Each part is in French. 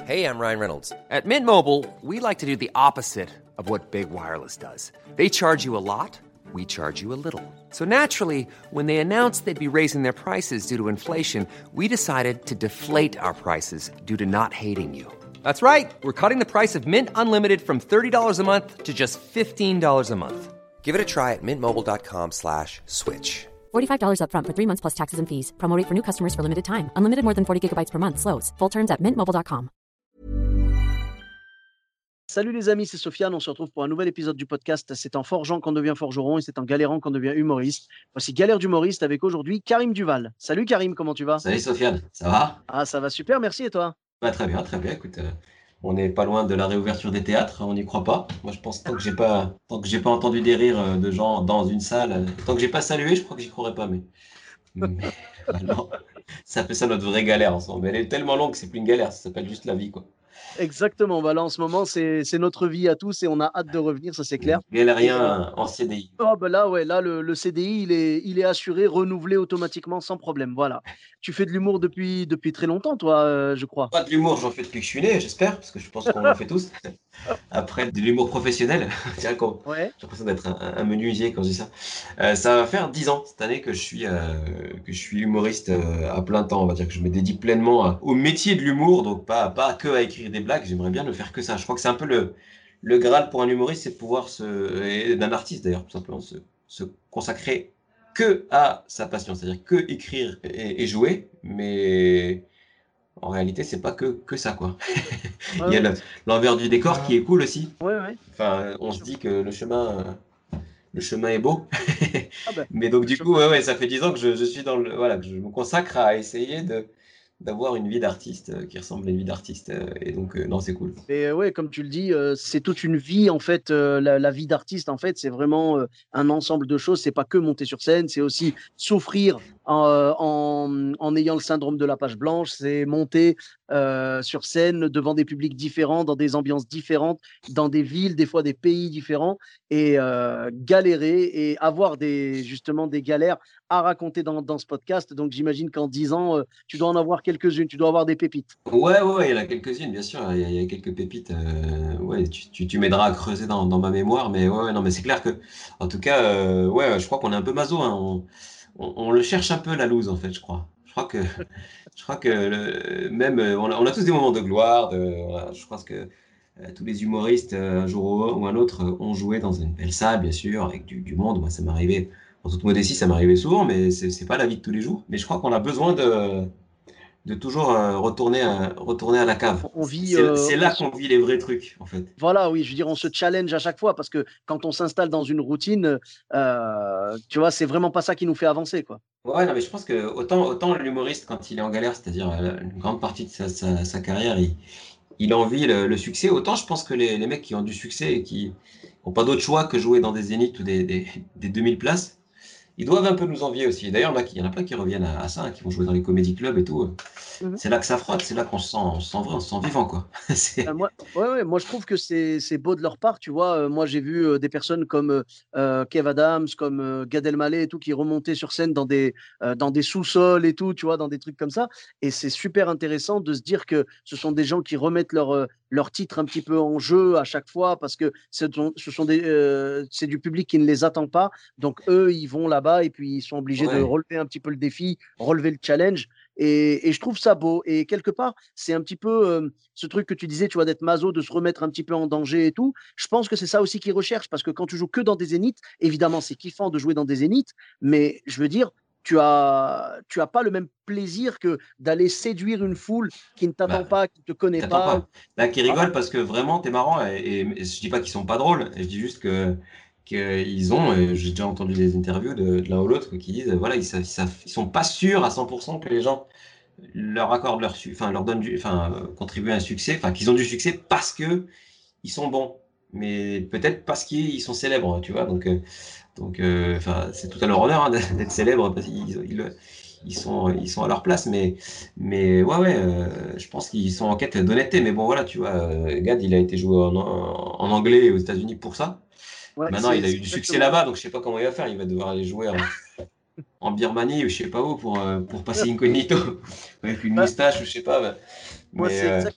Hey, I'm Ryan Reynolds. At Mint Mobile, we like to do the opposite of what Big Wireless does. They charge you a lot, we charge you a little. So naturally, when they announced they'd be raising their prices due to inflation, we decided to deflate our prices due to not hating you. That's right. We're cutting the price of Mint Unlimited from $30 a month to just $15 a month. Give it a try at mintmobile.com/switch. $45 up front for 3 months plus taxes and fees. Promo rate for new customers for limited time. Unlimited more than 40 gigabytes per month. Slows full terms at mintmobile.com. Salut les amis, c'est Sofiane. On se retrouve pour un nouvel épisode du podcast. C'est en forgeant qu'on devient forgeron et c'est en galérant qu'on devient humoriste. Voici Galère d'humoriste avec aujourd'hui Karim Duval. Salut Karim, comment tu vas? Salut Sofiane, ça va? Ah, ça va super, merci et toi? Très bien, très bien. Écoute, on n'est pas loin de la réouverture des théâtres, on n'y croit pas. Moi, je pense tant que j'ai pas entendu des rires de gens dans une salle, tant que j'ai pas salué, je crois que j'y croirais pas. Mais alors, ça fait ça notre vraie galère ensemble. Elle est tellement longue que c'est plus une galère, ça s'appelle juste la vie, quoi. Exactement, bah là en ce moment c'est notre vie à tous et on a hâte de revenir, ça c'est clair. Galérien en CDI. Oh bah là ouais, là le CDI il est assuré, renouvelé automatiquement sans problème, voilà. Tu fais de l'humour depuis très longtemps toi, je crois. Pas de l'humour, j'en fais depuis que je suis né, j'espère, parce que je pense qu'on en fait tous. Après, de l'humour professionnel, tiens, Ouais. j'ai l'impression d'être un menuisier quand je dis ça. Ça va faire 10 ans cette année que je suis humoriste à plein temps. On va dire que je me dédie pleinement au métier de l'humour, donc pas que à écrire des blagues. J'aimerais bien ne faire que ça. Je crois que c'est un peu le Graal pour un humoriste, c'est de pouvoir et d'un artiste d'ailleurs, tout simplement, se consacrer que à sa passion, c'est-à-dire que écrire et jouer, mais en réalité, c'est pas que ça, quoi. Ouais, Il y a ouais. l'envers du décor qui est cool aussi. Ouais, ouais. Enfin, on se dit que le chemin est beau. Ah bah, Mais donc, du je- coup, ouais, ça fait 10 ans que je suis voilà, que je me consacre à essayer d'avoir une vie d'artiste qui ressemble à une vie d'artiste. Et donc, non, c'est cool. Et ouais, comme tu le dis, c'est toute une vie en fait. La vie d'artiste en fait, c'est vraiment un ensemble de choses. C'est pas que monter sur scène, c'est aussi souffrir en ayant le syndrome de la page blanche. C'est monter sur scène devant des publics différents, dans des ambiances différentes, dans des villes, des fois des pays différents, et galérer et avoir justement des galères à raconter dans ce podcast. Donc j'imagine qu'en 10 ans, tu dois en avoir quelques-unes, tu dois avoir des pépites. Ouais, il y en a quelques-unes, bien sûr. Il y a quelques pépites. Ouais, tu m'aideras à creuser dans ma mémoire. Mais ouais, non, mais c'est clair que, en tout cas, ouais, je crois qu'on est un peu maso, hein. On le cherche un peu la loose, en fait, je crois. Je crois que même, on a tous des moments de gloire. Voilà, je pense que tous les humoristes, un jour ou un autre, ont joué dans une belle salle, bien sûr, avec du monde. Moi, ça m'arrivait, en toute modestie, ça m'arrivait souvent, mais c'est pas la vie de tous les jours. Mais je crois qu'on a besoin de toujours retourner à la cave. On vit, C'est là qu'on vit les vrais trucs, en fait. voilà, oui, je veux dire, on se challenge à chaque fois parce que quand on s'installe dans une routine, tu vois, c'est vraiment pas ça qui nous fait avancer, quoi. Ouais, non, mais je pense que autant l'humoriste, quand il est en galère, c'est-à-dire une grande partie de sa carrière, il envie le succès, autant je pense que les mecs qui ont du succès et qui n'ont pas d'autre choix que jouer dans des zéniths ou des 2000 places, ils doivent un peu nous envier aussi. D'ailleurs, il y en a plein qui reviennent à ça, hein, qui vont jouer dans les comédie clubs et tout. Mhm. C'est là que ça frotte, c'est là qu'on se sent vrai, on se sent vivant, quoi. C'est... Moi, ouais, moi, je trouve que c'est beau de leur part, tu vois. Moi, j'ai vu des personnes comme Kev Adams, comme Gad Elmaleh et tout, qui remontaient sur scène dans des sous-sols et tout, tu vois, dans des trucs comme ça. Et c'est super intéressant de se dire que ce sont des gens qui remettent leur titre un petit peu en jeu à chaque fois parce que c'est du public qui ne les attend pas. Donc, eux, ils vont là-bas et puis ils sont obligés de Ouais. relever un petit peu le défi, relever le challenge. Et je trouve ça beau. Et quelque part, c'est un petit peu ce truc que tu disais, tu vois, d'être maso, de se remettre un petit peu en danger et tout. Je pense que c'est ça aussi qu'ils recherchent parce que quand tu joues que dans des zéniths, évidemment, c'est kiffant de jouer dans des zéniths, mais je veux dire, tu as pas le même plaisir que d'aller séduire une foule qui ne t'attend Bah, pas, qui ne te connaît t'attends pas. pas. Là, qui Voilà. rigolent parce que vraiment, t'es marrant. Et je dis pas qu'ils sont pas drôles. Je dis juste que qu'ils ont. J'ai déjà entendu des interviews de l'un ou l'autre qui disent, voilà, ils sont pas sûrs à 100% que les gens leur accordent enfin, leur donnent contribuent à un succès, enfin, qu'ils ont du succès parce que ils sont bons. Mais peut-être parce qu'ils sont célèbres, tu vois. Enfin, c'est tout à leur honneur, hein, d'être célèbres parce qu'ils sont à leur place, mais ouais, je pense qu'ils sont en quête d'honnêteté. Mais bon, voilà, tu vois, Gad, il a été joué en anglais aux États-Unis pour ça. Ouais, Maintenant, il a c'est eu du succès exactement ça. là-bas, donc je sais pas comment il va faire. Il va devoir aller jouer en Birmanie ou je sais pas où pour passer incognito avec une Bah, moustache ou je sais pas. moi, Mais c'est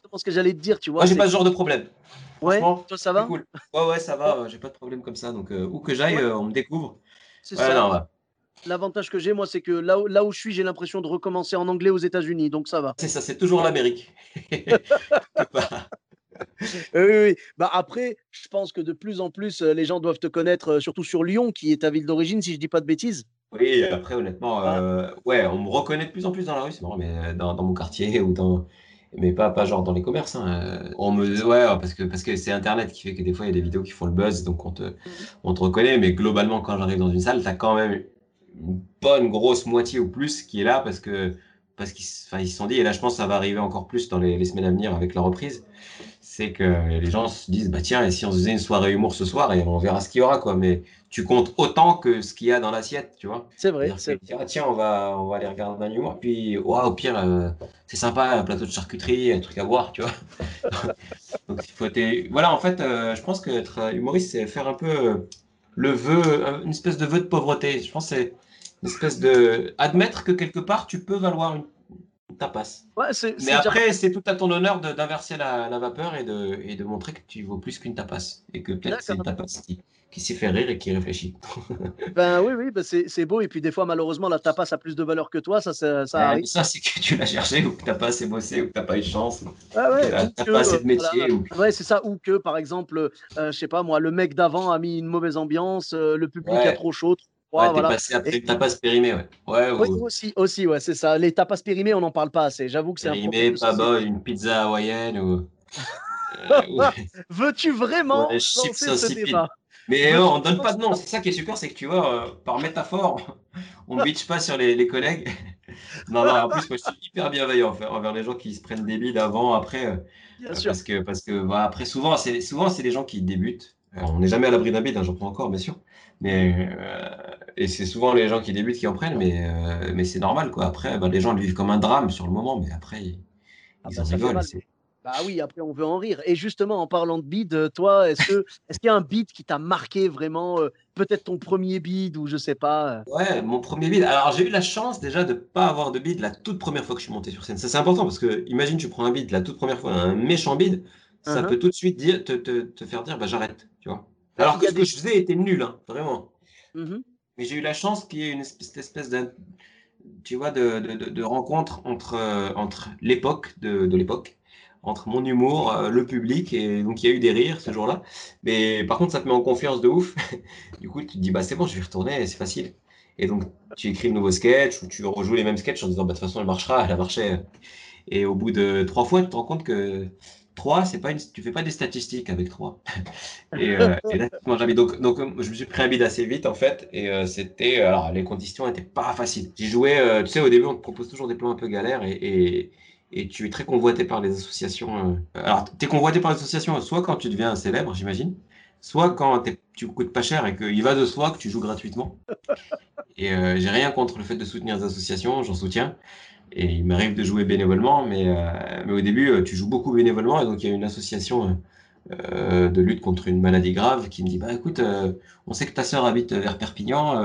exactement ce que j'allais te dire, tu vois. Moi, j'ai pas ce genre de problème. Ouais, Franchement, toi, ça c'est va? cool. Ouais, ça va. J'ai pas de problème comme ça. Donc, où que j'aille, Ouais, on me découvre. c'est Ouais, ça. non, ouais. L'avantage que j'ai, moi, c'est que là où je suis, j'ai l'impression de recommencer en anglais aux États-Unis, donc ça va. C'est ça, c'est toujours l'Amérique. Quelque part. Oui, oui. Bah, après, je pense que de plus en plus, les gens doivent te connaître, surtout sur Lyon, qui est ta ville d'origine, si je dis pas de bêtises. Oui, après, honnêtement, Ah, ouais, on me reconnaît de plus en plus dans la rue, c'est marrant, mais dans mon quartier ou dans. Mais pas genre dans les commerces. Hein. Ouais, parce que c'est Internet qui fait que des fois, il y a des vidéos qui font le buzz, donc mmh. on te reconnaît. Mais globalement, quand j'arrive dans une salle, tu as quand même une bonne grosse moitié ou plus qui est là enfin, ils se sont dit, et là, je pense que ça va arriver encore plus dans les semaines à venir avec la reprise, c'est que les gens se disent, bah tiens, et si on se faisait une soirée humour ce soir et on verra ce qu'il y aura, quoi. Mais tu comptes autant que ce qu'il y a dans l'assiette, tu vois. C'est vrai, C'est-à-dire que c'est tu dis, ah, tiens, on va aller regarder un humour, puis au pire, c'est sympa, un plateau de charcuterie, un truc à boire, tu vois. Donc, voilà, en fait, je pense que être humoriste, c'est faire un peu le vœu, une espèce de vœu de pauvreté. Je pense que c'est une espèce de admettre que quelque part, tu peux valoir une tapasse. ouais, c'est Mais c'est déjà après, c'est tout à ton honneur d'inverser la vapeur et de montrer que tu vaux plus qu'une tapasse. Et que peut-être c'est une d'accord. tapasse qui s'y fait rire et qui réfléchit. Ben, oui, oui, bah, c'est beau et puis des fois, malheureusement, la tapas a plus de valeur que toi, ça Ouais, mais arrive. ça, c'est que tu l'as cherché ou que tu n'as pas assez bossé ou que tu n'as pas eu de chance Ouais, ou que tu ouais, n'as ou que, pas assez de voilà, métier. ouais, c'est ça, ou que, par exemple, je sais pas moi, le mec d'avant a mis une mauvaise ambiance, le public a Ouais, trop chaud, trop froid, ouais, t'es voilà passé après et une tapasse périmée. Ouais, ouais oui, ou aussi, ouais, c'est ça. Les tapas périmés, on n'en parle pas assez. J'avoue que c'est un problème périmée, de pas bas, société. une pizza hawaïenne ou, Veux-tu ou vraiment un chips lancer ce insipide. débat? Mais Veux-tu on donne vraiment pas ce de nom. débat? C'est ça qui est super, c'est que tu vois, par métaphore, on ne bitch pas sur les collègues. Non, non, en plus, moi, je suis hyper bienveillant envers les gens qui se prennent des bides avant, après, Bien sûr. parce que bah, après, souvent, c'est les gens qui débutent. On n'est jamais à l'abri d'un bide, hein, j'en prends encore, bien sûr. Et c'est souvent les gens qui débutent qui en prennent, mais c'est normal, quoi. Après, bah, les gens le vivent comme un drame sur le moment, mais après, ils, Ah ils bah, en ça fait rigolent. mal. Bah oui, après on veut en rire et justement en parlant de bide, toi, est-ce qu'il y a un bide qui t'a marqué vraiment, peut-être ton premier bide ou je sais pas, Ouais, mon premier bide. Alors, j'ai eu la chance déjà de pas avoir de bide la toute première fois que je suis monté sur scène. Ça, c'est important parce que, imagine, tu prends un bide la toute première fois, un méchant bide, ça Hein, hein. peut tout de suite te faire dire, bah, j'arrête, tu vois. Bah, Alors il y que a ce que des je faisais était nul, hein, vraiment. mmh. Mais j'ai eu la chance qu'il y ait cette espèce de, tu vois, de rencontre entre l'époque, de l'époque, entre mon humour, le public, et donc il y a eu des rires ce jour-là. Mais par contre, ça te met en confiance de ouf. Du coup, tu te dis, bah c'est bon, je vais y retourner, c'est facile. Et donc, tu écris de nouveaux sketchs ou tu rejoues les mêmes sketchs en disant, bah de toute façon, elle marchera, elle a marché. Et au bout de 3 fois, tu te rends compte que 3, tu fais pas des statistiques avec 3. Et là, tu te manges un bide. Donc, je me suis pris un bide assez vite, en fait. Et alors, les conditions n'étaient pas faciles. J'y jouais, tu sais, au début, on te propose toujours des plans un peu galères et tu es très convoité par les associations. Alors, tu es convoité par les associations soit quand tu deviens célèbre, j'imagine, soit quand tu coûtes pas cher et qu'il va de soi que tu joues gratuitement. Et j'ai rien contre le fait de soutenir des associations, j'en soutiens. Et il m'arrive de jouer bénévolement, mais au début, tu joues beaucoup bénévolement. Et donc, il y a une association de lutte contre une maladie grave qui me dit, bah écoute, on sait que ta sœur habite vers Perpignan,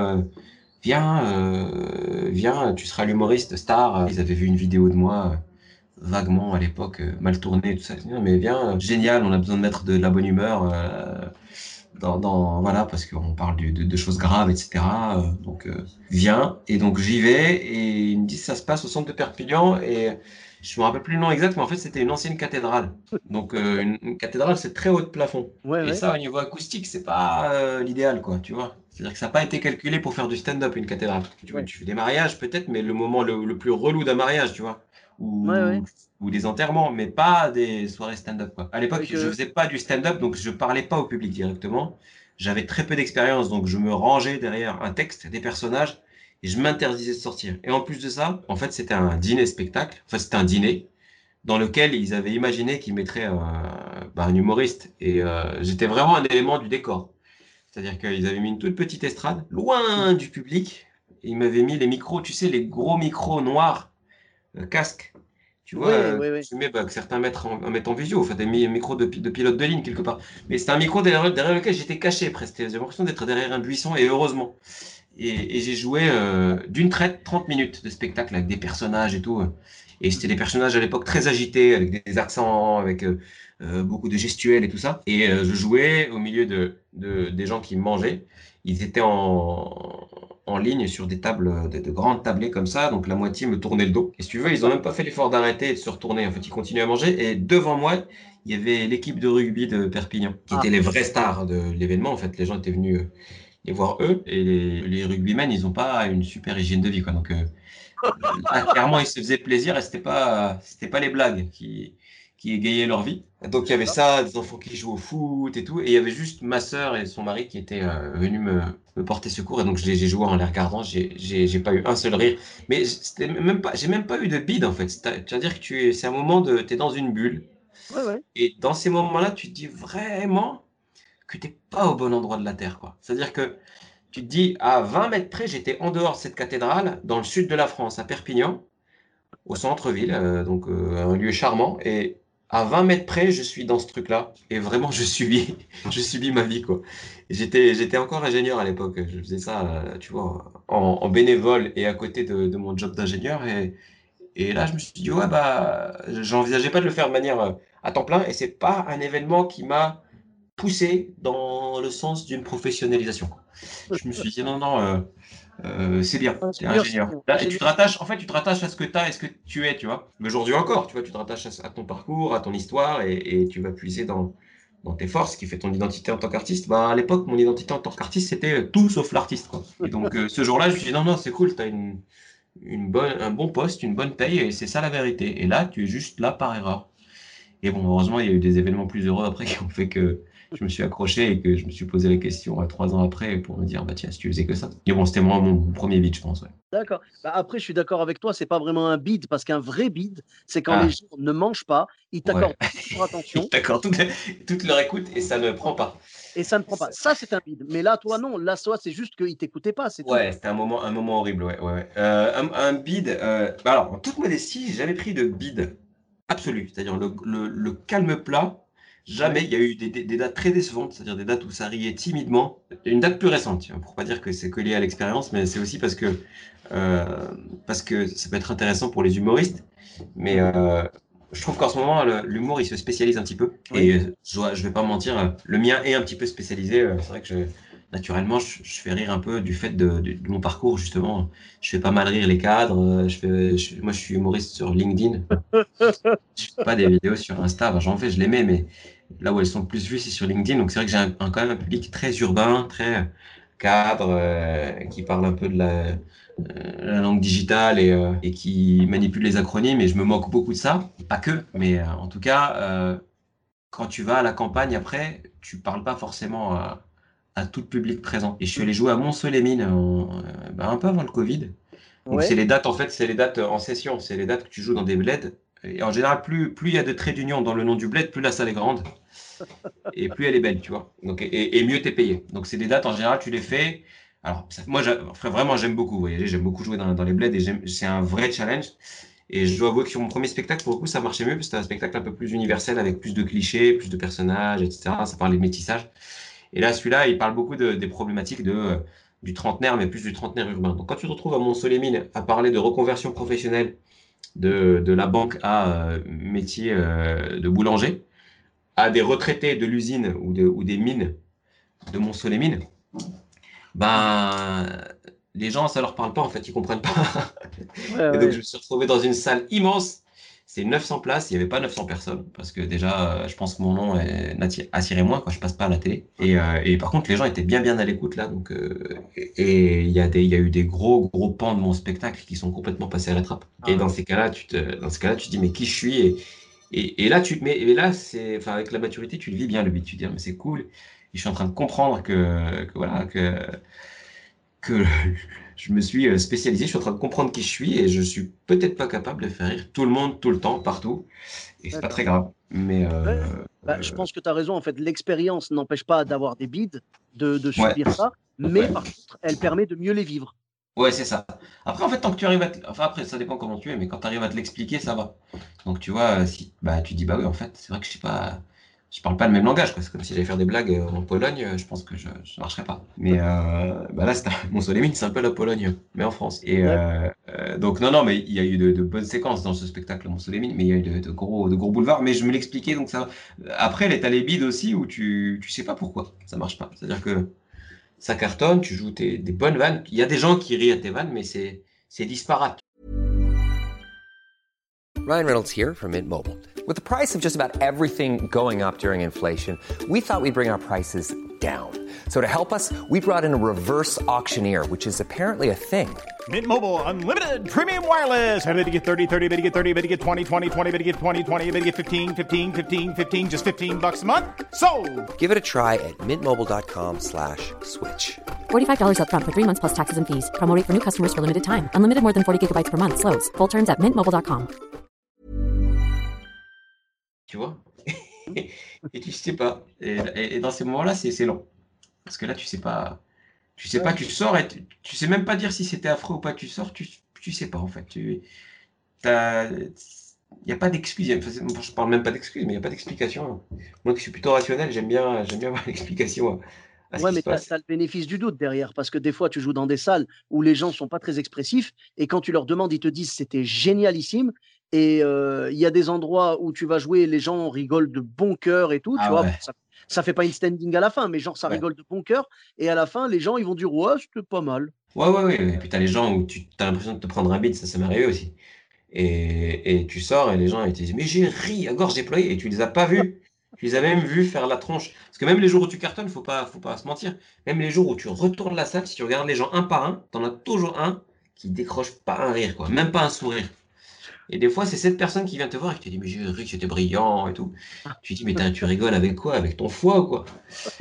viens, tu seras l'humoriste star. Ils avaient vu une vidéo de moi vaguement à l'époque, mal tournée, tout ça. Je dis, non, mais viens, génial, on a besoin de mettre de la bonne humeur. Voilà, parce qu'on parle de choses graves, etc. Donc, viens. Et donc, j'y vais. Et ils me disent, ça se passe au centre de Perpignan. Et je me rappelle plus le nom exact, mais en fait, c'était une ancienne cathédrale. Donc, une cathédrale, c'est très haut de plafond. Ouais, Et ouais. ça, au niveau acoustique, c'est pas l'idéal, quoi, tu vois. C'est-à-dire que ça n'a pas été calculé pour faire du stand-up, une cathédrale. Ouais. Tu fais des mariages, peut-être, mais le moment le plus relou d'un mariage, tu vois. Ouais, ouais. Ou des enterrements, mais pas des soirées stand-up, quoi. À l'époque, Avec, je faisais pas du stand-up, donc je parlais pas au public directement. J'avais très peu d'expérience, donc je me rangeais derrière un texte, des personnages, et je m'interdisais de sortir. Et en plus de ça, en fait, c'était un dîner-spectacle. Enfin, c'était un dîner dans lequel ils avaient imaginé qu'ils mettraient un humoriste. Et j'étais vraiment un élément du décor. C'est-à-dire qu'ils avaient mis une toute petite estrade, loin du public, et ils m'avaient mis les micros, tu sais, les gros micros noirs, casques. Tu vois, ouais, ouais, ouais. tu mets, bah, que certains mettent en visio, enfin des micros de pilote de ligne quelque part. Mais c'était un micro derrière lequel j'étais caché presque. J'avais l'impression d'être derrière un buisson, et heureusement. Et j'ai joué d'une traite 30 minutes de spectacle avec des personnages et tout. Et c'était des personnages à l'époque très agités, avec des accents, avec beaucoup de gestuels et tout ça. Et je jouais au milieu des gens qui mangeaient. Ils étaient en ligne sur des tables, de grandes tablées comme ça. Donc la moitié me tournait le dos. Et si tu veux, ils n'ont même pas fait l'effort d'arrêter et de se retourner. En fait, ils continuaient à manger. Et devant moi, il y avait l'équipe de rugby de Perpignan, qui étaient les vraies stars de l'événement. En fait, les gens étaient venus les voir eux. Et les rugbymen, ils n'ont pas une super hygiène de vie, quoi. Donc là, clairement, ils se faisaient plaisir et c'était pas les blagues qui égayaient leur vie. Donc il y avait ça, des enfants qui jouent au foot et tout. Et il y avait juste ma sœur et son mari qui étaient venus me porter secours. Et donc j'ai joué en les regardant. J'ai pas eu un seul rire. Mais c'était même pas, j'ai même pas eu de bide en fait. C'est-à-dire que c'est un moment t'es dans une bulle. Ouais, ouais. Et dans ces moments-là, tu te dis vraiment que t'es pas au bon endroit de la Terre, quoi. C'est-à-dire que tu te dis, à 20 mètres près, j'étais en dehors de cette cathédrale, dans le sud de la France, à Perpignan, au centre-ville, donc un lieu charmant. Et à 20 mètres près, je suis dans ce truc-là. Et vraiment, je subis ma vie, quoi. Et j'étais encore ingénieur à l'époque. Je faisais ça, tu vois, en bénévole et à côté de mon job d'ingénieur. Et là, je me suis dit, ouais, bah, j'envisageais pas de le faire de manière à temps plein. Et c'est pas un événement qui m'a poussé dans le sens d'une professionnalisation. Je me suis dit, non, non, c'est bien, Ouais, t'es c'est bien, c'est ingénieur. bien. Là, et C'est tu bien. te rattaches, en fait, tu te rattaches à ce que tu as et ce que tu es, tu vois. Mais aujourd'hui encore, tu vois, tu te rattaches à ton parcours, à ton histoire et tu vas puiser dans tes forces, ce qui fait ton identité en tant qu'artiste. Bah, à l'époque, mon identité en tant qu'artiste, c'était tout sauf l'artiste, quoi. Et donc, ce jour-là, je me suis dit, non, non, c'est cool, tu as un bon poste, une bonne paye et c'est ça la vérité. Et là, tu es juste là par erreur. Et bon, heureusement, il y a eu des événements plus heureux après qui ont fait que je me suis accroché et que je me suis posé la question 3 ans après pour me dire, bah tiens, si tu faisais que ça. Et bon, c'était moi mon premier beat, je pense. Ouais. D'accord. Bah, après, je suis d'accord avec toi, c'est pas vraiment un bide, parce qu'un vrai bide, c'est quand les Ah, gens ne mangent pas, ils ouais. t'accordent toute leur attention, D'accord, toute leur écoute et ça ne prend pas. et ça ne prend pas. Ça, c'est un bide. Mais là, toi, non. Là, toi, c'est juste qu'ils t'écoutaient pas, c'est tout. Ouais, c'était un moment horrible, ouais, ouais, ouais. Un bid, bah alors, en toute modestie, j'ai jamais pris de bid absolu, c'est-à-dire le calme plat. Jamais, Ouais. il y a eu des dates très décevantes, c'est-à-dire des dates où ça riait timidement. Une date plus récente, tu vois, pour pas dire que c'est que lié à l'expérience, mais c'est aussi euh, parce que ça peut être intéressant pour les humoristes. Mais Mhm. je trouve qu'en ce moment, l'humour, il se spécialise un petit peu. Oui. Et je vais pas mentir, le mien est un petit peu spécialisé. C'est vrai que naturellement, je fais rire un peu du fait de mon parcours, justement. Je fais pas mal rire les cadres. Moi, je suis humoriste sur LinkedIn. Je fais pas des vidéos sur Insta. Enfin, j'en fais, je les mets, mais là où elles sont le plus vues, c'est sur LinkedIn. Donc, c'est vrai que j'ai quand même un public très urbain, très cadre, qui parle un peu de la langue digitale et qui manipule les acronymes. Et je me moque beaucoup de ça. Pas que, mais en tout cas, quand tu vas à la campagne après, tu parles pas forcément à tout le public présent. Et je suis allé jouer à Mont-Soleil-Mines un peu avant le Covid. Donc c'est Ouais. les dates, en fait, c'est les dates en session, c'est les dates que tu joues dans des bleds. Et en général, plus il y a de traits d'union dans le nom du bled, plus la salle est grande et plus elle est belle, tu vois. Donc, et mieux t'es payé. Donc c'est des dates, en général, tu les fais. Alors, moi, enfin, vraiment, j'aime beaucoup voyager, j'aime beaucoup jouer dans les bleds et c'est un vrai challenge. Et je dois avouer que sur mon premier spectacle, pour le coup, ça marchait mieux parce que c'était un spectacle un peu plus universel avec plus de clichés, plus de personnages, etc. Ça parlait de métissage. Et là, celui-là, il parle beaucoup des problématiques du trentenaire, mais plus du trentenaire urbain. Donc, quand tu te retrouves à Mont-Soleil-Mines à parler de reconversion professionnelle de la banque à métier de boulanger, à des retraités de l'usine ou des mines de Mont-Soleil-Mines, ben, les gens, ça leur parle pas, en fait, ils comprennent pas. Ouais, Et donc, je ouais. me suis retrouvé dans une salle immense. C'est 900 places, il n'y avait pas 900 personnes, parce que déjà, je pense que mon nom attirait moins, quoi, je passe pas à la télé. Et par contre, les gens étaient bien à l'écoute, là. Donc, et il y a eu des gros pans de mon spectacle qui sont complètement passés à la trappe. Et Ah, dans ces cas-là, tu te dis, mais qui je suis? Et là, et là, enfin, avec la maturité, tu le vis bien, le beat. Tu te dis, ah, mais c'est cool. Et je suis en train de comprendre voilà, que je me suis spécialisé, je suis en train de comprendre qui je suis et je suis peut-être pas capable de faire rire tout le monde, tout le temps, partout. Et c'est pas d'accord. très grave. Mais Ouais. Bah, je pense que tu as raison. En fait, l'expérience n'empêche pas d'avoir des bides, de ouais, subir ça, mais ouais, par contre, elle permet de mieux les vivre. ouais, c'est ça. Après, en fait, tant que tu arrives enfin, après, ça dépend comment tu es, mais quand tu arrives à te l'expliquer, ça va. Donc, tu vois, si, bah, tu dis, bah oui, en fait, c'est vrai que je sais pas. je parle pas le même langage, quoi. C'est comme si j'allais faire des blagues en Pologne, je pense que je marcherais pas. Mais bah là, Montsolémine, c'est un peu la Pologne, mais en France. Et Ouais. donc non, mais il y a eu de bonnes séquences dans ce spectacle Montsolémine, mais il y a eu de gros boulevards. Mais je me l'expliquais, donc ça. Après, t'as les bides aussi où tu sais pas pourquoi ça marche pas. C'est-à-dire que ça cartonne, tu joues des bonnes vannes. Il y a des gens qui rient à tes vannes, mais c'est disparate. Ryan Reynolds here from Mint Mobile. With the price of just about everything going up during inflation, we thought we'd bring our prices down. So to help us, we brought in a reverse auctioneer, which is apparently a thing. Mint Mobile Unlimited Premium Wireless. How to get 30, 30, bit to get 30, bit to get 20, 20, 20, bit to get 20, 20, bit to get 15, 15, 15, 15, just $15 a month? Sold! Give it a try at mintmobile.com/switch. $45 up front for 3 months plus taxes and fees. Promo rate for new customers for limited time. Unlimited more than 40 gigabytes per month. Slows full terms at mintmobile.com. Tu vois? Et tu sais pas. Et dans ces moments-là, c'est long. Parce que là, tu sais pas, tu sors et tu sais même pas dire si c'était affreux ou pas. Tu sors, tu sais pas en fait. Il n'y a pas d'excuse. Enfin, je parle même pas d'excuse, mais il n'y a pas d'explication. Moi qui suis plutôt rationnel, j'aime bien avoir l'explication à ce Ouais, qui mais se tu as passe. le bénéfice du doute derrière, parce que des fois, tu joues dans des salles où les gens sont pas très expressifs, et quand tu leur demandes, ils te disent c'était génialissime. Et il y a des endroits où tu vas jouer, les gens rigolent de bon cœur et tout, tu Ah vois. ouais, Ça fait pas une standing à la fin, mais genre, ça ouais. rigole de bon cœur. Et à la fin, les gens, ils vont dire, ouais, c'était pas mal. Ouais. Et puis t'as les gens où tu as l'impression de te prendre un bide, ça m'est arrivé aussi. Et tu sors et les gens ils te disent mais j'ai ri à gorge déployée et tu les as pas vus. Tu les as même vus faire la tronche. Parce que même les jours où tu cartonnes, faut pas se mentir. Même les jours où tu retournes la salle, si tu regardes les gens un par un, t'en as toujours un qui décroche pas un rire, quoi. Même pas un sourire. Et des fois, c'est cette personne qui vient te voir et qui te dit mais j'ai ri, c'était brillant et tout. Tu dis mais tu rigoles avec quoi? Avec ton foie ou quoi?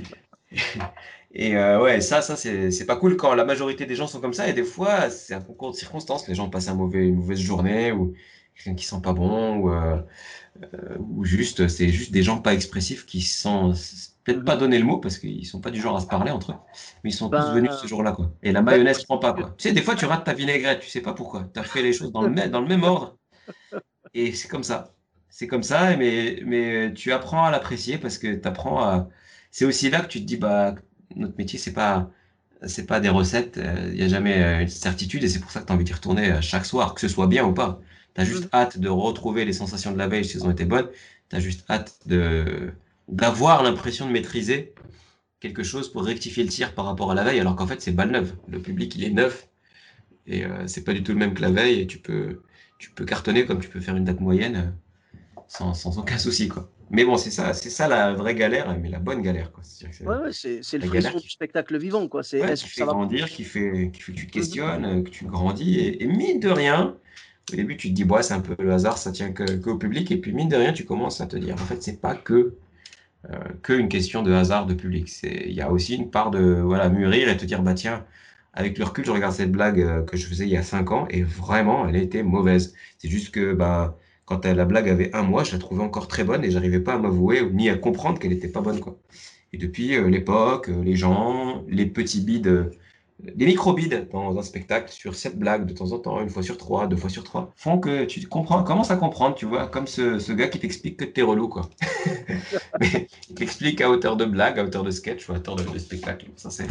Et ouais, ça c'est pas cool quand la majorité des gens sont comme ça. Et des fois, c'est un concours de circonstances. Les gens passent une mauvaise journée ou quelqu'un qui sent pas bon ou juste, c'est juste des gens pas expressifs qui sont peut-être pas Mhm. donner le mot parce qu'ils sont pas du genre à se parler entre eux, mais ils sont tous venus ce Ben, jour-là, quoi. Et la ben, mayonnaise prend pas, quoi. Tu sais, des fois, tu rates ta vinaigrette, tu sais pas pourquoi. Tu as fait les choses dans le même ordre et c'est comme ça. C'est comme ça, mais tu apprends à l'apprécier parce que tu apprends à. C'est aussi là que tu te dis, bah, notre métier, c'est pas des recettes, il n'y a jamais une certitude et c'est pour ça que tu as envie d'y retourner chaque soir, que ce soit bien ou pas. Tu as juste mhm. hâte de retrouver les sensations de la veille si elles ont été bonnes. Tu as juste hâte d'avoir l'impression de maîtriser quelque chose pour rectifier le tir par rapport à la veille, alors qu'en fait, c'est balle neuve. Le public, il est neuf et c'est pas du tout le même que la veille et tu peux cartonner comme tu peux faire une date moyenne sans aucun souci, quoi. Mais bon, c'est ça la vraie galère, mais la bonne galère, quoi. C'est-à-dire que Ouais, ouais, c'est le la galère frisson du spectacle vivant, quoi. C'est ouais, est-ce qui que fait ça va. grandir, qui fait que tu te Mhm. questionnes, que tu grandis. Et mine de rien, au début, tu te dis, ouais, c'est un peu le hasard, ça tient que au public. Et puis, mine de rien, tu commences à te dire, en fait, c'est pas que une question de hasard de public. Il y a aussi une part de voilà, mûrir et te dire, bah tiens, avec le recul, je regarde cette blague que je faisais il y a 5 ans et vraiment, elle était mauvaise. C'est juste que bah, quand la blague avait 1 mois, je la trouvais encore très bonne et j'arrivais pas à m'avouer ni à comprendre qu'elle était pas bonne, quoi. Et depuis l'époque, les gens, les petits bides, les micro-bides dans un spectacle sur cette blague de temps en temps, une fois sur trois, 2 fois sur 3, font que tu comprends, commences à comprendre, tu vois, comme ce gars qui t'explique que t'es relou, quoi. Mais il t'explique à hauteur de blague, à hauteur de sketch ou à hauteur de spectacle.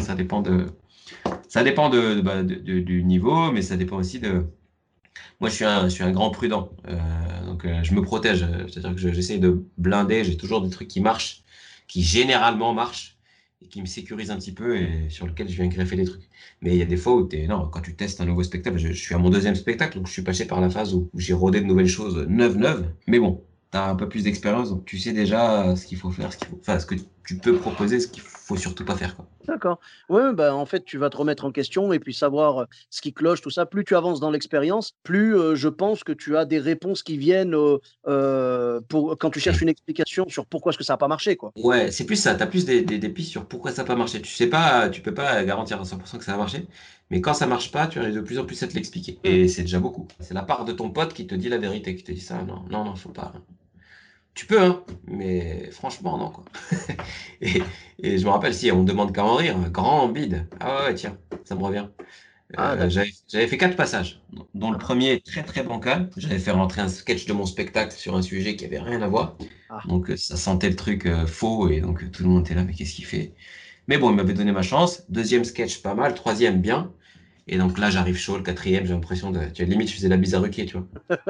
Ça dépend du niveau, mais ça dépend aussi de. Moi, je suis un grand prudent, donc je me protège. C'est-à-dire que j'essaie de blinder. J'ai toujours des trucs qui marchent, qui généralement marchent et qui me sécurisent un petit peu et sur lesquels je viens greffer des trucs. Mais il y a des fois où non, quand tu testes un nouveau spectacle, je suis à mon deuxième spectacle, donc je suis passé par la phase où j'ai rodé de nouvelles choses neuves. Mais bon, tu as un peu plus d'expérience, donc tu sais déjà ce qu'il faut faire, enfin, ce que tu peux proposer, ce qu'il faut surtout pas faire, quoi. D'accord. Ouais, bah, en fait, tu vas te remettre en question et puis savoir ce qui cloche, tout ça. Plus tu avances dans l'expérience, plus je pense que tu as des réponses qui viennent pour, quand tu cherches une explication sur pourquoi est-ce que ça n'a pas marché, quoi. Ouais, c'est plus ça. Tu as plus des pistes sur pourquoi ça n'a pas marché. Tu sais pas, tu peux pas garantir à 100% que ça va marcher. Mais quand ça marche pas, tu arrives de plus en plus à te l'expliquer. Mm. Et c'est déjà beaucoup. C'est la part de ton pote qui te dit la vérité, qui te dit ça. Non, faut pas. Tu peux, hein. Mais franchement, non, quoi. Et, et je me rappelle, si on me demande qu'à en rire, grand bide. Ah ouais, tiens, ça me revient. Ah, d'accord. J'avais fait 4 passages, dont le premier est très très bancal. J'avais fait rentrer un sketch de mon spectacle sur un sujet qui avait rien à voir. Ah. Donc, ça sentait le truc faux et donc tout le monde était là, mais qu'est-ce qu'il fait? Mais bon, il m'avait donné ma chance. Deuxième sketch, pas mal. Troisième, bien. Et donc là, j'arrive chaud. Le quatrième, j'ai l'impression de. Tu vois, limite, je faisais la bise à Ruquier, tu vois.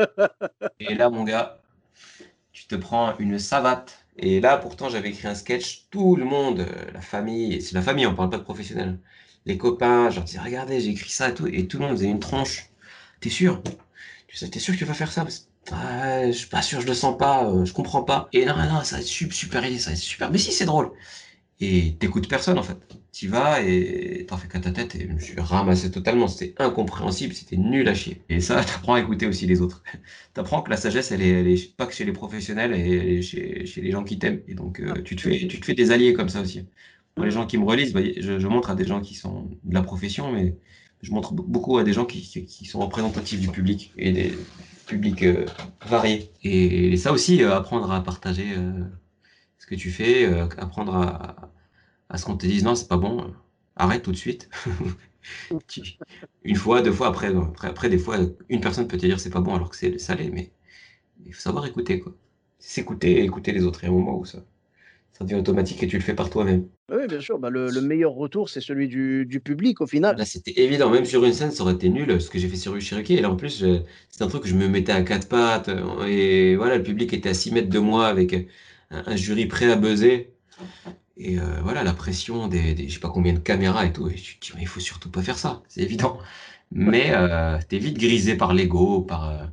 Et là, mon gars, tu te prends une savate. Et là, pourtant, j'avais écrit un sketch. Tout le monde, la famille, c'est la famille, on parle pas de professionnels. Les copains, je leur disais, regardez, j'ai écrit ça et tout. Et tout le monde faisait une tronche. T'es sûr? T'es sûr que tu vas faire ça? Ah, je suis pas sûr, je le sens pas, je comprends pas. Et non, non, ça va être super idée, ça va être super. Mais si, c'est drôle. Et t'écoutes personne en fait. T'y vas et t'en fais qu'à ta tête et je me suis ramassé totalement. C'était incompréhensible, c'était nul à chier. Et ça, t'apprends à écouter aussi les autres. T'apprends que la sagesse, elle est pas que chez les professionnels, elle est chez les gens qui t'aiment. Et donc, tu te fais des alliés comme ça aussi. Moi, les gens qui me relisent, bah, je montre à des gens qui sont de la profession, mais je montre beaucoup à des gens qui sont représentatifs du public et des publics variés. Et ça aussi, apprendre à partager ce que tu fais, apprendre à ce qu'on te dise non, c'est pas bon, arrête tout de suite. Tu- Une fois, deux fois, après, des fois, une personne peut te dire c'est pas bon alors que ça l'est, mais il faut savoir écouter, quoi. S'écouter et écouter les autres. Il y a un moment où ça devient automatique et tu le fais par toi-même. Oui, bien sûr. Bah, le meilleur retour, c'est celui du public au final. Là, c'était évident, même sur une scène, ça aurait été nul, ce que j'ai fait sur Cherokee. Et là, en plus, c'est un truc que je me mettais à quatre pattes, et voilà, le public était à 6 mètres de moi avec un jury prêt à buzzer. Et voilà, la pression je sais pas combien de caméras et tout. Et tu te dis, mais il faut surtout pas faire ça, c'est évident. Mais t'es vite grisé par l'ego,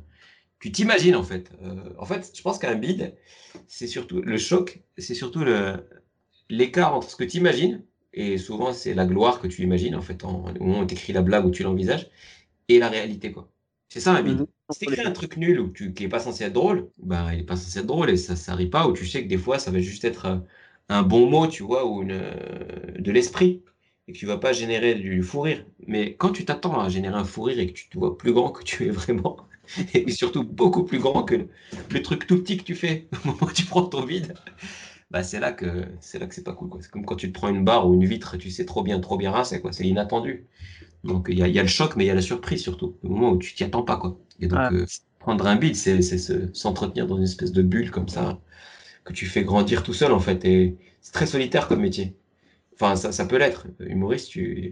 tu t'imagines en fait. En fait, je pense qu'un bide, c'est surtout le choc, c'est surtout l'écart entre ce que tu imagines, et souvent c'est la gloire que tu imagines en fait, au moment où tu écris la blague ou tu l'envisages, et la réalité quoi. C'est ça un Mhm. bide. Si t'écris un truc nul ou qui est pas censé être drôle, ben il est pas censé être drôle et ça rit pas, ou tu sais que des fois ça va juste être un bon mot, tu vois, ou de l'esprit, et que tu vas pas générer du fou rire. Mais quand tu t'attends à générer un fou rire et que tu te vois plus grand que tu es vraiment, et surtout beaucoup plus grand que le truc tout petit que tu fais au moment où tu prends ton vide, bah c'est là que c'est pas cool quoi. C'est comme quand tu te prends une barre ou une vitre, tu sais trop bien rincer quoi. C'est inattendu. Donc il y a le choc, mais il y a la surprise surtout, au moment où tu t'y attends pas quoi. Et donc Ah, prendre un beat, c'est s'entretenir dans une espèce de bulle comme ça que tu fais grandir tout seul en fait. Et c'est très solitaire comme métier. Enfin ça peut l'être. Humoriste,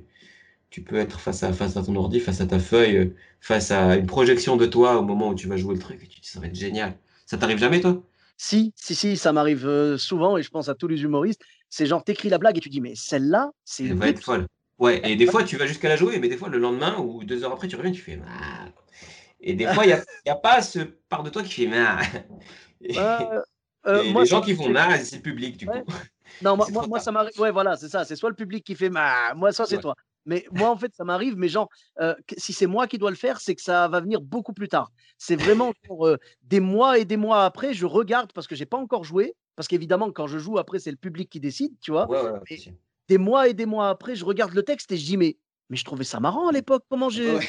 tu peux être face à ton ordi, face à ta feuille, face à une projection de toi au moment où tu vas jouer le truc. Et tu te dis, ça va être génial. Ça t'arrive jamais toi? si, ça m'arrive souvent et je pense à tous les humoristes. C'est genre, t'écris la blague et tu dis, mais celle-là, c'est Elle une va être pépite. folle. Ouais, et des fois, tu vas jusqu'à la jouer, mais des fois, le lendemain ou 2 heures après, tu reviens, tu fais ah. Et des fois, il y a pas ce part de toi qui fait ah. Bah, Et, moi, les ça gens qui font m'arrive. ah, c'est le public, du Ouais. coup. Non, moi, C'est moi, trop moi, tard. ça m'arrive. Ouais, voilà, c'est ça. C'est soit le public qui fait moi, soit c'est Ouais. toi. Mais moi, en fait, ça m'arrive. Mais genre, si c'est moi qui dois le faire, c'est que ça va venir beaucoup plus tard. C'est vraiment genre, des mois et des mois après, je regarde parce que j'ai pas encore joué. Parce qu'évidemment, quand je joue, après, c'est le public qui décide, tu vois. Ouais, ouais, ouais, Mais aussi. des mois et des mois après, je regarde le texte et je dis, mais je trouvais ça marrant à l'époque. Comment Ouais, j'ai. ouais.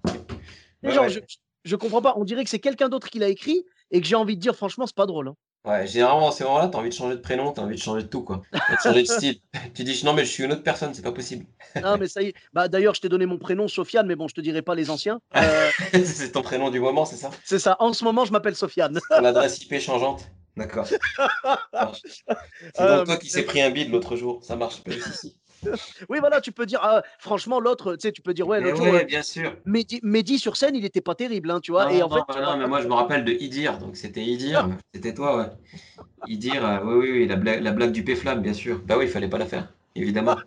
Et Ouais, genre, ouais. je comprends pas. On dirait que c'est quelqu'un d'autre qui l'a écrit et que j'ai envie de dire, franchement, c'est pas drôle, hein. Ouais, généralement, à ces moments-là, t'as envie de changer de prénom, t'as envie de changer de tout, quoi. T'as envie de changer de style. Tu dis, non, mais je suis une autre personne, c'est pas possible. Non, mais ça y est. Bah, d'ailleurs, je t'ai donné mon prénom, Sofiane, mais bon, je te dirai pas les anciens. C'est ton prénom du moment, c'est ça? C'est ça. En ce moment, je m'appelle Sofiane. Ton adresse IP changeante? D'accord, ça marche. C'est Ah, donc mais toi qui s'est pris un bide l'autre jour. Ça marche, pas de souci. oui, voilà, tu peux dire, ah, franchement, l'autre, tu sais, tu peux dire, ouais, Mais l'autre jour, ouais, bien sûr. Mehdi sur scène, il était pas terrible, hein, tu vois. Et Non, en fait, non, bah non, mais moi je me rappelle de Idir, donc c'était Idir, c'était toi, ouais. Idir, oui, oui, oui, la blague du péflamme, bien sûr. Bah oui, il fallait pas la faire, évidemment.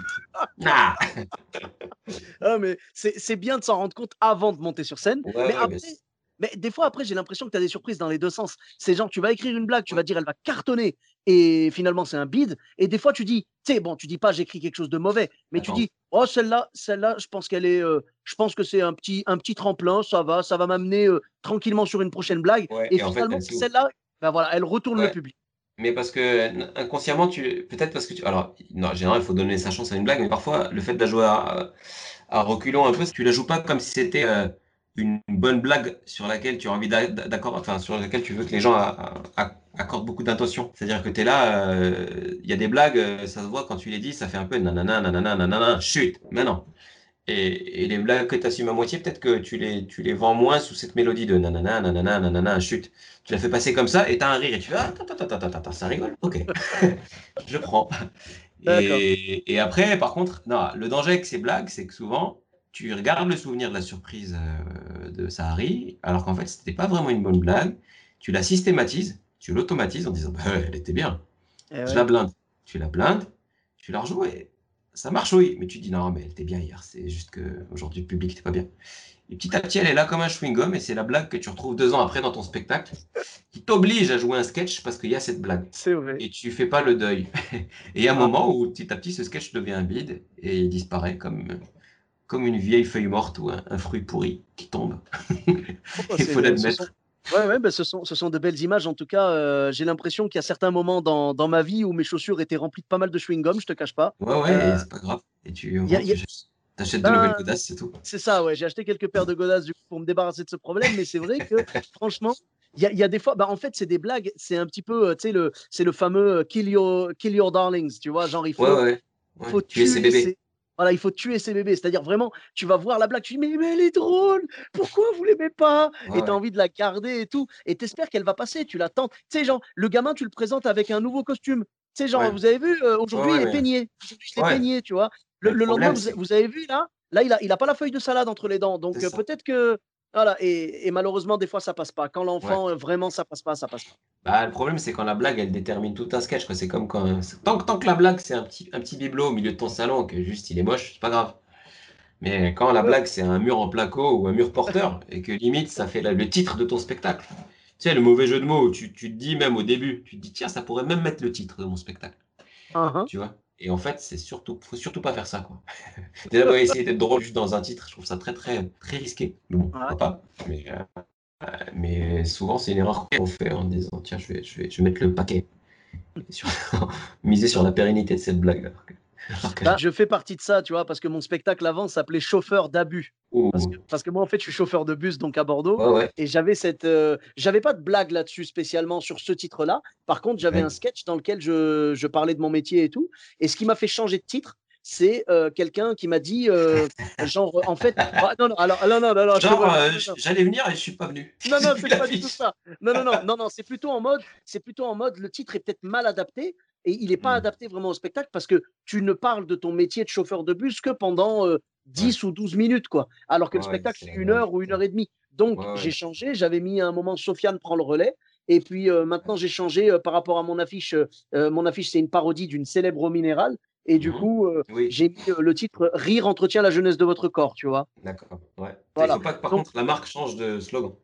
Ah! ah, mais c'est bien de s'en rendre compte avant de monter sur scène. Ouais, Mais ouais, après, mais des fois, après, j'ai l'impression que tu as des surprises dans les deux sens. C'est genre, tu vas écrire une blague, tu ouais. vas dire, elle va cartonner, et finalement, c'est un bide. Et des fois, tu dis, tu sais, bon, tu dis pas, j'écris quelque chose de mauvais, mais tu Attends. dis, oh, celle-là, je pense qu'elle est, je pense que c'est un petit tremplin, ça va m'amener tranquillement sur une prochaine blague. Ouais, Et et en fait, finalement, elle s'ouvre. celle-là, ben voilà, elle retourne le Ouais. public. Mais parce que inconsciemment, peut-être parce que alors, non, en général, il faut donner sa chance à une blague, mais parfois, le fait de la jouer à reculons un peu, tu la joues pas comme si c'était une bonne blague sur laquelle tu as envie d'accord, enfin, sur laquelle tu veux que les gens accordent beaucoup d'intention. C'est-à-dire que tu es là, il y a des blagues, ça se voit quand tu les dis, ça fait un peu nanana, nanana, nanana, chut, mais non. Et les blagues que tu assumes à moitié, peut-être que tu les vends moins sous cette mélodie de nanana, nanana, nanana, chute. Tu la fais passer comme ça et tu as un rire et tu fais ah, ça rigole, ok, je prends. D'accord. Et après, par contre, non, le danger avec ces blagues, c'est que souvent, tu regardes le souvenir de la surprise de Sahari, alors qu'en fait, c'était pas vraiment une bonne blague. Tu la systématises, tu l'automatises en disant bah, ouais, elle était bien. Eh Je ouais. la blinde. Tu la blindes, tu la rejoues et ça marche, oui. Mais tu dis non, mais elle était bien hier. C'est juste que aujourd'hui le public n'était pas bien. Et petit à petit, elle est là comme un chewing-gum et c'est la blague que tu retrouves 2 ans après dans ton spectacle qui t'oblige à jouer un sketch parce qu'il y a cette blague. C'est vrai. Et tu fais pas le deuil. Et il y a un Ah, moment où petit à petit, ce sketch devient vide et il disparaît comme une vieille feuille morte ou un fruit pourri qui tombe. oh, bah, Il faut ce sont... l'admettre. Ouais, ouais, bah, ce sont de belles images. En tout cas, j'ai l'impression qu'il y a certains moments dans ma vie où mes chaussures étaient remplies de pas mal de chewing-gum, je te cache pas. Ouais, ouais, et c'est pas grave. Et tu, au Il y a, moins, il y a- tu achètes de nouvelles ben, godasses, c'est tout. c'est ça, ouais. J'ai acheté quelques paires de godasses du coup, pour me débarrasser de ce problème, mais c'est vrai que franchement, il y a des fois, bah, en fait, c'est des blagues, c'est un petit peu, tu sais, c'est le fameux kill your darlings, tu vois, genre Ouais, ouais, ouais. il Ouais. faut Tu es ces tuer bébés. ses, voilà, il faut tuer ses bébés, c'est-à-dire vraiment, tu vas voir la blague, tu dis, mais elle est drôle, pourquoi vous l'aimez pas? Ouais, Et tu as ouais. envie de la garder et tout, et t'espères qu'elle va passer, tu l'attends. Tu sais, genre, le gamin, tu le présentes avec un nouveau costume. Tu sais, genre, Ouais, vous avez vu, ouais, aujourd'hui, il ouais, est peigné. Aujourd'hui, je l'ai ouais. peigné, tu vois. Mais le Le lendemain, problème, c'est vous avez vu, là, il a pas la feuille de salade entre les dents. Donc, ça. peut-être que. Voilà, et malheureusement, des fois, ça passe pas. Quand Ouais. l'enfant, vraiment, ça passe pas, ça passe pas. Bah, le problème, c'est quand la blague, elle détermine tout un sketch, quoi. C'est comme quand. Tant que la blague, c'est un petit bibelot au milieu de ton salon, que juste il est moche, c'est pas grave. Mais quand la Ouais, blague, c'est un mur en placo ou un mur porteur, et que limite, ça fait le titre de ton spectacle. Tu sais, le mauvais jeu de mots, tu te dis même au début, tu te dis, tiens, ça pourrait même mettre le titre de mon spectacle. hein, Tu vois? Et en fait, faut surtout pas faire ça, quoi. Déjà, ouais, essayer d'être drôle juste dans un titre, je trouve ça très, très, très risqué. Mais bon, hein. pourquoi pas. Mais souvent, c'est une erreur qu'on fait en disant, tiens, je vais mettre le paquet. Sur- miser sur la pérennité de cette blague. Bah, je fais partie de ça, tu vois, parce que mon spectacle avant s'appelait Chauffeur d'abus. Ouh. Parce que moi, en fait, je suis chauffeur de bus donc à Bordeaux Ouais, ouais, et j'avais pas de blague là-dessus spécialement sur ce titre-là. Par contre, j'avais un ouais. sketch dans lequel je parlais de mon métier et tout. Et ce qui m'a fait changer de titre, c'est quelqu'un qui m'a dit, genre, en fait, ah, non, non, alors, non, non, non, non, je te Genre, vois. Non, non, j'allais venir et je suis pas venu. non, non, Depuis c'est pas du tout l'affiche. ça. Non, non, non, non, non, c'est plutôt en mode, le titre est peut-être mal adapté et il n'est pas Hmm. adapté vraiment au spectacle parce que tu ne parles de ton métier de chauffeur de bus que pendant Ouais, 10 ou 12 minutes, quoi. Alors que le ouais, ouais, spectacle, c'est c'est la une base. heure ou une heure et demie. Donc, Ouais, j'ai ouais. changé, j'avais mis à un moment Sofiane prend le relais. Et puis maintenant, j'ai changé par rapport à mon affiche. Mon affiche, c'est une parodie d'une célèbre eau minérale. Et du Mhm. coup, Oui, j'ai mis le titre Rire entretient la jeunesse de votre corps, tu vois. d'accord. Ouais. Il Voilà. faut pas que, par Donc, contre, la marque change de slogan.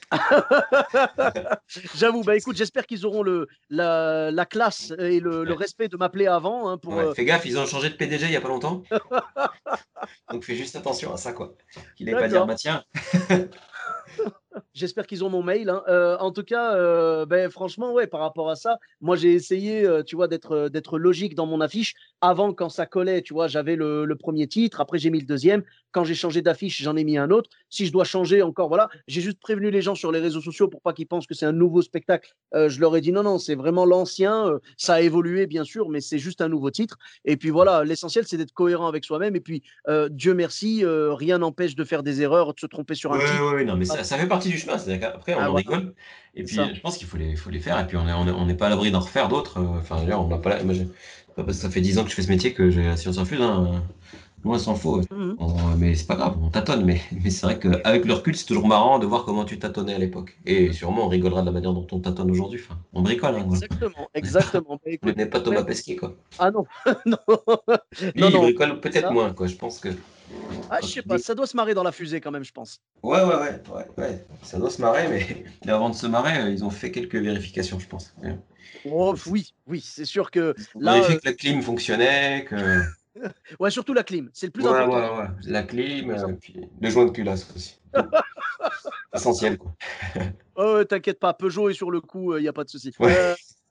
j'avoue, bah écoute, j'espère qu'ils auront la classe et le Ouais. respect de m'appeler avant hein, pour. Ouais. Fais gaffe, ils ont changé de PDG il y a pas longtemps. Donc fais juste attention à ça, quoi. Qu'il n'ait pas dire, D'accord. bah tiens. J'espère qu'ils ont mon mail, hein. En tout cas, ben, franchement, ouais, par rapport à ça, moi j'ai essayé, tu vois, d'être logique dans mon affiche. Avant, quand ça collait, tu vois, j'avais le premier titre, après j'ai mis le deuxième. Quand j'ai changé d'affiche, j'en ai mis un autre. Si je dois changer encore, voilà, j'ai juste prévenu les gens sur les réseaux sociaux pour pas qu'ils pensent que c'est un nouveau spectacle. Je leur ai dit non, non, c'est vraiment l'ancien. Ça a évolué, bien sûr, mais c'est juste un nouveau titre. Et puis voilà, l'essentiel, c'est d'être cohérent avec soi-même. Et puis, Dieu merci, rien n'empêche de faire des erreurs, de se tromper sur un Ouais, titre. ouais, ouais, non, mais Ah, ça fait partie du chemin. C'est-à-dire qu'après, on ah, en voilà, rigole. Et c'est ça. puis, je pense qu'il faut les faire. Et puis, on n'est pas à l'abri d'en refaire d'autres. Enfin, d'ailleurs, on n'a pas. Moi, c'est pas parce que ça fait 10 ans que je fais ce métier que j'ai la science infuse. Hein. Loin s'en faut. Mhm. Mais c'est pas grave, on tâtonne. Mais c'est vrai qu'avec le recul, c'est toujours marrant de voir comment tu tâtonnais à l'époque. Et sûrement, on rigolera de la manière dont on tâtonne aujourd'hui. Enfin, on bricole, hein, quoi. Exactement, On n'est pas, exactement. Bah, on écoute, n'est pas mais- Thomas Pesquet, quoi. ah non, non, non, Lui, il non, bricole c'est peut-être ça. moins, quoi. Je pense que Ah, je quand sais tu pas, dis. ça doit se marrer dans la fusée quand même, je pense. Ouais, ouais, ouais, ouais, ouais. Ça doit se marrer, mais avant de se marrer, ils ont fait quelques vérifications, je pense. Oh, oui, oui, c'est sûr que Ils ont là, vérifié que la clim fonctionnait, que. ouais, surtout la clim, c'est le plus Ouais, important. ouais, ouais. La Le clim, plus puis le joint de culasse aussi. Essentiel, quoi. Oh, t'inquiète pas, Peugeot est sur le coup, il n'y a pas de souci. Ouais.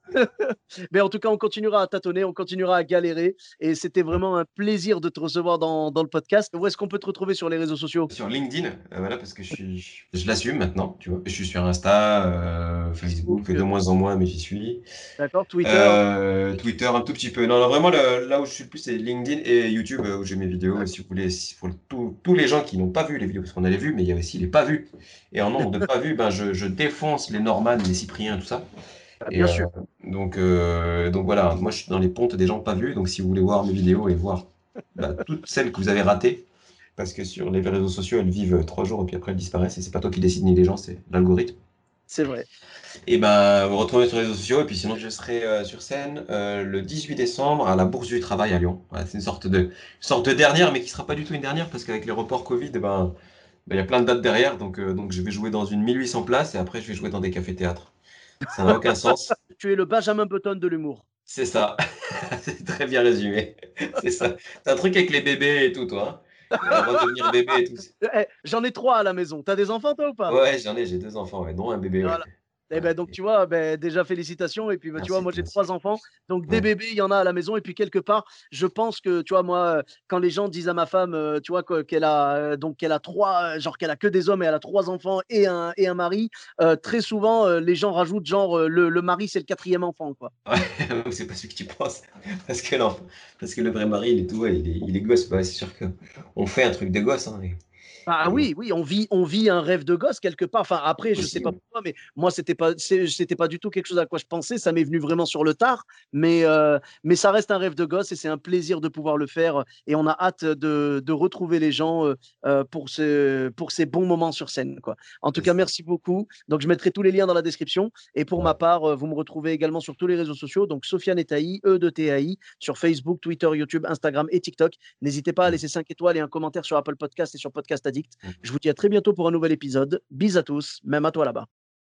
Mais en tout cas, on continuera à tâtonner, on continuera à galérer. Et c'était vraiment un plaisir de te recevoir dans le podcast. Où est-ce qu'on peut te retrouver sur les réseaux sociaux? Sur LinkedIn, voilà, parce que je l'assume maintenant, tu vois. Je suis sur Insta, Facebook de moins en moins, mais j'y suis. D'accord, Twitter. Twitter un tout petit peu. Non, non, vraiment, là où je suis le plus, c'est LinkedIn et YouTube, où j'ai mes vidéos. Et si vous voulez, pour tous les gens qui n'ont pas vu les vidéos, parce qu'on a les vues, mais il y a aussi les pas vus. Et en nombre de pas vus, ben, je défonce les Norman, les Cypriens, tout ça. Et, Bien sûr. donc voilà, moi je suis dans les pontes des gens pas vus. Donc si vous voulez voir mes vidéos et voir toutes celles que vous avez ratées, parce que sur les réseaux sociaux, elles vivent 3 jours et puis après elles disparaissent. Et c'est pas toi qui décides ni les gens, c'est l'algorithme. C'est vrai. Et ben, vous retrouvez sur les réseaux sociaux. Et puis sinon, je serai sur scène le 18 décembre à la Bourse du Travail à Lyon. Voilà, c'est une sorte de dernière, mais qui sera pas du tout une dernière parce qu'avec les reports Covid, il y a plein de dates derrière. Donc je vais jouer dans une 1800 places et après je vais jouer dans des cafés-théâtres. Ça n'a aucun sens. Tu es le Benjamin Button de l'humour. C'est ça. C'est très bien résumé. C'est ça. T'as un truc avec les bébés et tout, toi. Redevenir bébé et tout. J'en ai 3 à la maison. T'as des enfants, toi, ou pas? Ouais, j'ai 2 enfants, ouais, dont un bébé. Voilà. Ouais. Et ben donc tu vois, déjà félicitations. Et puis tu vois, moi j'ai 3 enfants, donc des bébés, il y en a à la maison. Et puis quelque part, je pense que tu vois, moi, quand les gens disent à ma femme, tu vois, qu'elle a qu'elle a 3, genre qu'elle a que des hommes et elle a 3 enfants et un mari, très souvent les gens rajoutent genre le mari c'est le 4e enfant, quoi. Ouais, c'est pas ce que tu penses. Parce que non, parce que le vrai mari, il est tout, ouais, il est gosse. Bah, c'est sûr qu'on fait un truc de gosse. Hein, Ah oui, on vit un rêve de gosse quelque part. Enfin, après, je sais pas pourquoi, mais moi, c'était pas du tout quelque chose à quoi je pensais. Ça m'est venu vraiment sur le tard, mais ça reste un rêve de gosse et c'est un plaisir de pouvoir le faire. Et on a hâte de retrouver les gens pour ces bons moments sur scène, quoi. En tout cas, merci beaucoup. Donc, je mettrai tous les liens dans la description. Et pour ma part, vous me retrouvez également sur tous les réseaux sociaux. Donc, Sofiane Etaï, E2TAI, sur Facebook, Twitter, YouTube, Instagram et TikTok. N'hésitez pas à laisser 5 étoiles et un commentaire sur Apple Podcast et sur Podcast Addict. Je vous dis à très bientôt pour un nouvel épisode. Bis à tous, même à toi là-bas.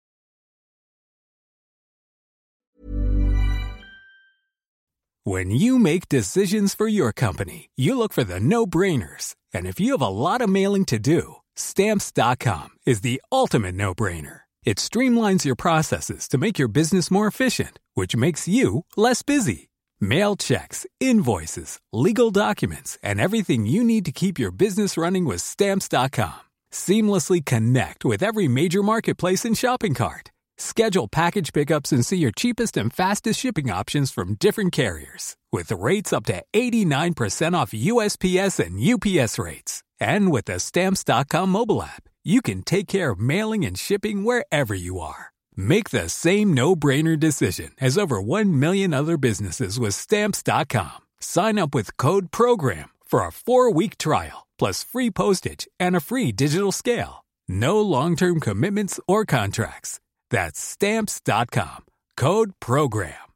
When you make decisions for your company, you look for the no-brainers. And if you have a lot of mailing to do, Stamps.com is the ultimate no-brainer. It streamlines your processes to make your business more efficient, which makes you less busy. Mail checks, invoices, legal documents, and everything you need to keep your business running with Stamps.com. Seamlessly connect with every major marketplace and shopping cart. Schedule package pickups and see your cheapest and fastest shipping options from different carriers. With rates up to 89% off USPS and UPS rates. And with the Stamps.com mobile app, you can take care of mailing and shipping wherever you are. Make the same no-brainer decision as over 1 million other businesses with Stamps.com. Sign up with code PROGRAM for a 4-week trial, plus free postage and a free digital scale. No long-term commitments or contracts. That's Stamps.com. Code PROGRAM.